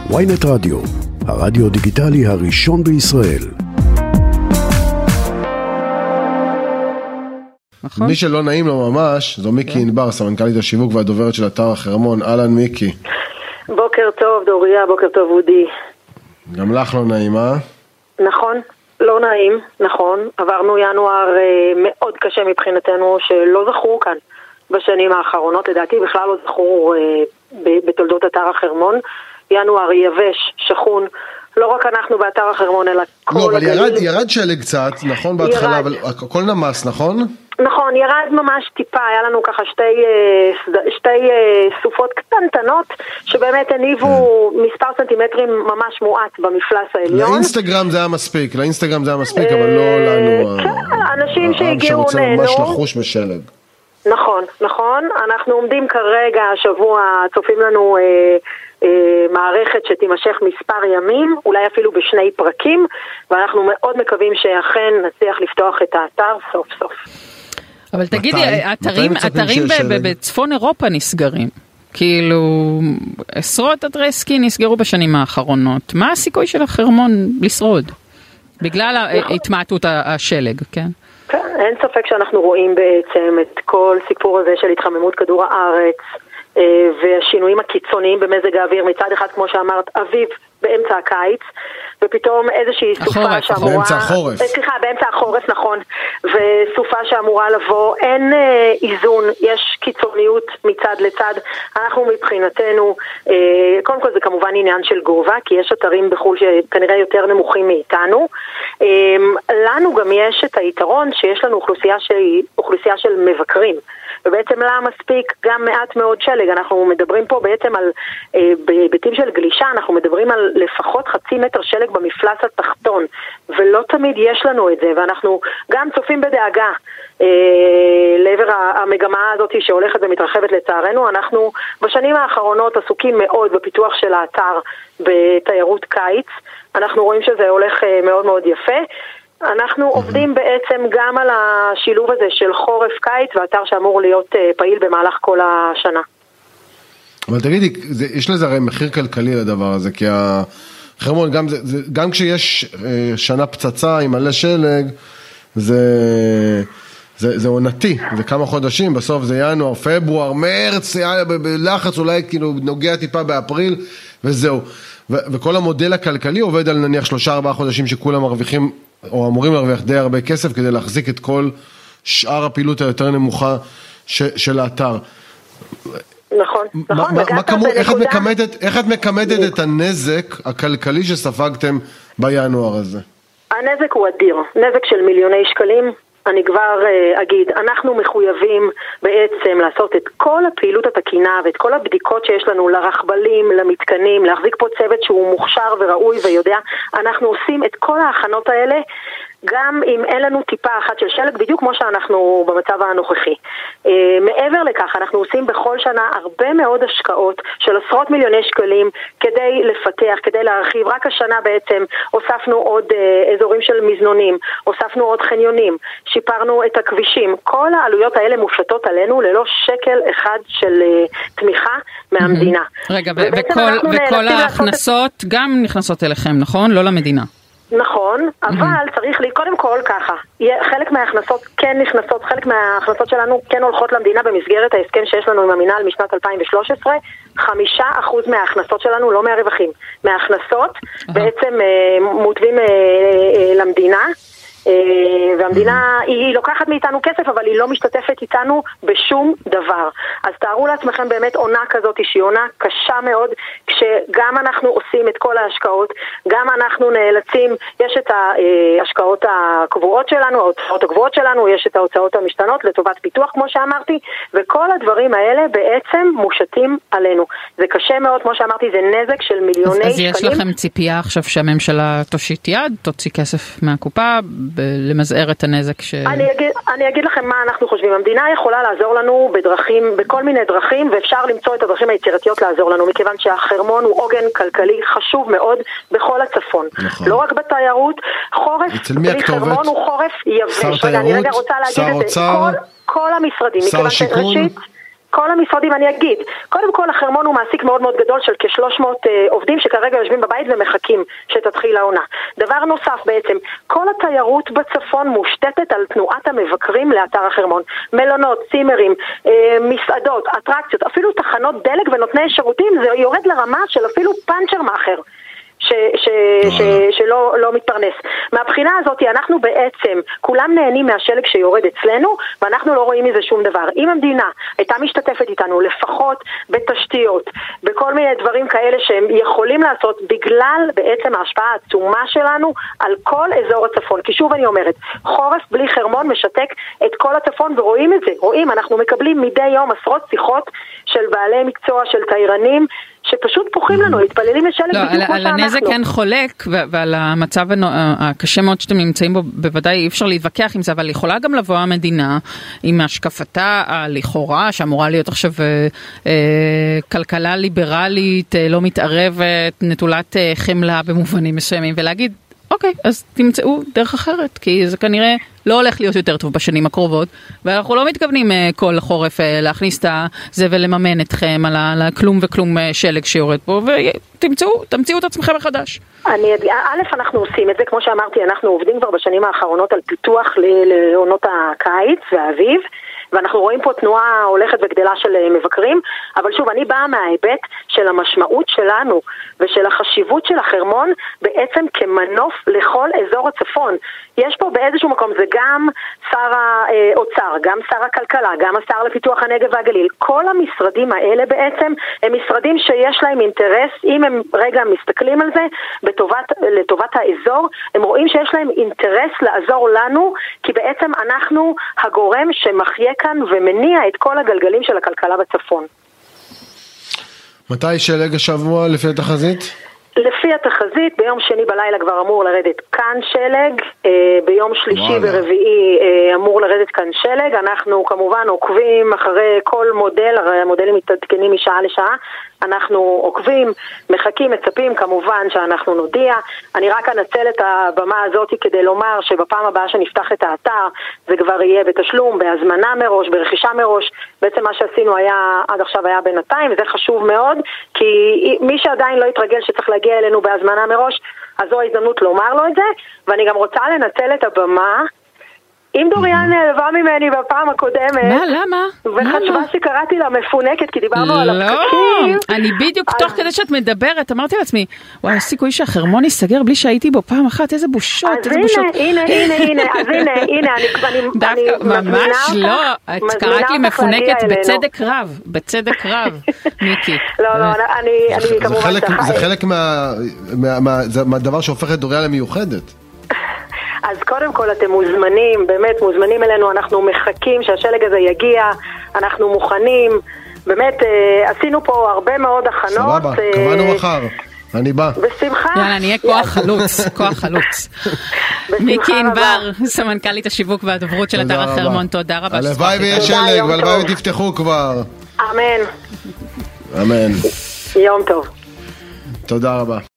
ynet רדיו, הרדיו דיגיטלי הראשון בישראל. מי שלא נעים לו ממש, זו מיקי ענבר, סמנכ"לית השיווק והדוברת של אתר החרמון. אהלן מיקי. בוקר טוב דוריה, בוקר טוב אודי. גם לך לא נעים, אה? נכון, לא נעים, נכון. עברנו ינואר מאוד קשה מבחינתנו, שלא זכרו כאן בשנים האחרונות, לדעתי בכלל לא זכרו בתולדות אתר החרמון. ינואר יבש, שכון, לא רק אנחנו באתר החרמון, אלא כל הגליל. לא, אבל ירד שלג קצת, נכון בהתחלה, אבל הכל נמס, נכון? נכון, ירד ממש טיפה, היה לנו ככה שתי סופות קטנטנות, שבאמת הניבו מספר סנטימטרים ממש מועט במפלס העליון. לאינסטגרם זה היה מספיק, אבל לא לנו. כן, אנשים שהגיעו שרוצה ממש לחוש בשלג. נכון, אנחנו עומדים כרגע, השבוע צופים לנו מערכת שתימשך מספר ימים, אולי אפילו בשני פרקים, ואנחנו מאוד מקווים שאכן נצליח לפתוח את האתר סוף סוף. אבל תגידי, אתרים בצפון אירופה נסגרים, כאילו עשרות אתרי סקי נסגרו בשנים האחרונות, מה הסיכוי של החרמון לשרוד? בגלל התמעטות השלג, כן? כן, אין ספק שאנחנו רואים בעצם את כל סיפור הזה של התחממות כדור הארץ, והשינויים הקיצוניים במזג האוויר, מצד אחד כמו שאמרת, אביב באמצע הקיץ, ופתאום איזושהי סופה שאמורה... באמצע החורף. באמצע החורף, נכון. וסופה שאמורה לבוא, אין איזון, יש קיצוניות מצד לצד. אנחנו מבחינתנו, קודם כל זה כמובן עניין של גובה, כי יש אתרים בחול שכנראה יותר נמוכים מאיתנו. לנו גם יש את היתרון שיש לנו אוכלוסייה של מבקרים. ובעצם לה מספיק גם מעט מאוד שלג. אנחנו מדברים פה בעצם על, בהיבטים של גלישה, אנחנו מדברים על לפחות 0.5 מטר שלג במפלס התחתון, ולא תמיד יש לנו את זה, ואנחנו גם צופים בדאגה לעבר המגמה הזאת שהולכת ומתרחבת לצערנו. אנחנו בשנים האחרונות עסוקים מאוד בפיתוח של האתר בתיירות קיץ, אנחנו רואים שזה הולך מאוד מאוד יפה, אנחנו עובדים בעצם גם על השילוב הזה של חורף קיץ, ואתר שאמור להיות פעיל במהלך כל השנה. אבל תגידי, יש לזה הרי מחיר כלכלי לדבר הזה, כי החרמון, גם כשיש שנה פצצה עם מלא שלג, זה עונתי, זה כמה חודשים, בסוף זה ינואר, פברואר, מרץ, בלחץ אולי כאילו נוגע טיפה באפריל, וזהו. וכל המודל הכלכלי עובד על נניח 3-4 חודשים שכולם מרוויחים, או אמורים להרוויח די הרבה כסף כדי להחזיק את כל שאר הפעילות היותר נמוכה של האתר. נכון. איך את מקמדת את הנזק הכלכלי שספגתם בינואר הזה? הנזק הוא אדיר, נזק של מיליוני שקלים. אני כבר אגיד, אנחנו מחויבים בעצם לעשות את כל הפעילות התקינה ואת כל הבדיקות שיש לנו לרכבלים, למתקנים, להחזיק פה צוות שהוא מוכשר וראוי ויודע. אנחנו עושים את כל ההכנות האלה, גם אם אין לנו טיפה אחת של שלג, בדיוק כמו שאנחנו במצב הנוכחי. מעבר לכך, אנחנו עושים בכל שנה הרבה מאוד השקעות של עשרות מיליוני שקלים כדי לפתח, כדי להרחיב. רק השנה בעצם הוספנו עוד אזורים של מזנונים, הוספנו עוד חניונים, שיפרנו את הכבישים. כל העלויות האלה מופשטות עלינו ללא שקל אחד של תמיכה מהמדינה. רגע, וכל ההכנסות גם נכנסות אליכם, נכון? לא למדינה. נכון, אבל צריך קודם כל ככה, חלק מההכנסות כן נכנסות, חלק מההכנסות שלנו כן הולכות למדינה במסגרת ההסכם שיש לנו עם המינהל משנת 2013, 5% מההכנסות שלנו, לא מהרווחים, מההכנסות בעצם מוטבים למדינה, והמדינה היא לוקחת מאיתנו כסף, אבל היא לא משתתפת איתנו בשום דבר. אז תארו לעצמכם באמת עונה כזאת שהיא עונה קשה מאוד, כשגם אנחנו עושים את כל ההשקעות, גם אנחנו נאלצים, יש את ההשקעות הקבועות שלנו, ההוצאות הקבועות שלנו, יש את ההוצאות המשתנות לטובת פיתוח כמו שאמרתי, וכל הדברים האלה בעצם מושתים עלינו. זה קשה מאוד, כמו שאמרתי, זה נזק של מיליוני שקלים. אז יש לכם ציפייה עכשיו שהממשלה תושיט יד, תוציא כסף מהקופה, למזער את הנזק אני אגיד לכם מה אנחנו חושבים. המדינה יכולה לעזור לנו בדרכים, בכל מיני דרכים, ואפשר למצוא את הדרכים היצירתיות לעזור לנו, מכיוון שהחרמון הוא עוגן כלכלי חשוב מאוד בכל הצפון. נכון. לא רק בתיירות, חורף, חרמון הוא חורף יבש. אני רגע רוצה להגיד את זה. כל המשרדים, מכיוון שראשית, כל המשרדים, אני אגיד, קודם כל החרמון הוא מעסיק מאוד מאוד גדול של כ-300 עובדים שכרגע יושבים בבית ומחכים שתתחיל העונה. דבר נוסף בעצם, כל התיירות בצפון מושתתת על תנועת המבקרים לאתר החרמון. מלונות, צימרים, מסעדות, אטרקציות, אפילו תחנות דלק ונותני שירותים, זה יורד לרמה של אפילו פנצ'ר מאחר. שלא מתפרנס. מהבחינה הזאת אנחנו בעצם כולם נהנים מהשלג שיורד אצלנו ואנחנו לא רואים מזה שום דבר. אם המדינה הייתה משתתפת איתנו לפחות בתשתיות, בכל מיני דברים כאלה שהם יכולים לעשות בגלל בעצם ההשפעה העצומה שלנו על כל אזור הצפון. כי שוב אני אומרת, חורף בלי חרמון משתק את כל הצפון ורואים את זה. רואים, אנחנו מקבלים מדי יום עשרות שיחות של בעלי מקצוע, של תיירנים שפשוט פוחים לנו, התפללים לשלג בדיוק כמו שאנחנו. על הנזק אין חולק, ועל המצב הקשה מאוד שאתם נמצאים בו, בוודאי אי אפשר להתווכח עם זה, אבל יכולה גם לבוא המדינה עם השקפתה לכאורה, שאמורה להיות עכשיו כלכלה ליברלית, לא מתערבת, נטולת חמלה במובנים מסוימים, ולהגיד, אוקיי, אז תמצאו דרך אחרת, כי זה כנראה לא הולך להיות יותר טוב בשנים הקרובות, ואנחנו לא מתכוונים כל חורף להכניס את זה ולממן אתכם על הכלום וכלום שלג שיורד פה, ותמצאו את עצמכם מחדש. א', אנחנו עושים את זה, כמו שאמרתי, אנחנו עובדים כבר בשנים האחרונות על פיתוח לעונות הקיץ והאביב, ואנחנו רואים פה תנועה הולכת וגדלה של מבקרים, אבל שוב, אני באה מההיבט של המשמעות שלנו ושל החשיבות של החרמון בעצם כמנוף לכל אזור הצפון. יש פה באיזשהו מקום, זה גם שר האוצר, גם שר הכלכלה, גם השר לפיתוח הנגב והגליל. כל המשרדים האלה בעצם הם משרדים שיש להם אינטרס, אם הם רגע מסתכלים על זה, לטובת האזור, הם רואים שיש להם אינטרס לעזור לנו, כי בעצם אנחנו הגורם שמחיה כאן ומניע את כל הגלגלים של הכלכלה בצפון. מתי שלג השבוע לפי התחזית? לפי התחזית, ביום שני בלילה כבר אמור לרדת כאן שלג, ביום שלישי ורביעי אמור לרדת כאן שלג. אנחנו כמובן עוקבים אחרי כל מודל, הרי המודלים מתעדכנים משעה לשעה, אנחנו עוקבים, מחכים, מצפים, כמובן שאנחנו נודיע. אני רק אנצל את הבמה הזאת כדי לומר שבפעם הבאה שנפתח את האתר, זה כבר יהיה בתשלום, בהזמנה מראש, ברכישה מראש. בעצם מה שעשינו עד עכשיו היה בינתיים, וזה חשוב מאוד, כי מי שעדיין לא יתרגל שצריך להגיע אלינו בהזמנה מראש, אז זו ההזדמנות לומר לו את זה, ואני גם רוצה לנצל את הבמה, אם דוריאן נעלבה ממני בפעם הקודמת, מה, למה? וחשבה שקראתי לה מפונקת, כי דיברנו על הפקקים. אני בדיוק תוך כדי שאת מדברת, אמרתי לעצמי, וואי, הסיכוי שהחרמון ייסגר בלי שהייתי בו פעם אחת, איזה בושות, איזה בושות. אז הנה, דווקא ממש לא, את קראת לי מפונקת בצדק רב, מיקי. לא, אני כמובן... זה חלק מהדבר שהופך את דוריאן למיוחדת. אז קודם כל אתם מוזמנים, באמת מוזמנים אלינו, אנחנו מחכים שהשלג הזה יגיע, אנחנו מוכנים, באמת עשינו פה הרבה מאוד הכנות. סבבה, קבענו מחר, אני בא. בשמחה. יאללה, נהיה כוח חלוץ. מיקי ענבר, סמנכ"לית השיווק והדוברות של אתר החרמון, תודה רבה. הלוואי ויש שלג, והלוואי ותפתחו כבר. אמן. אמן. יום טוב. תודה רבה.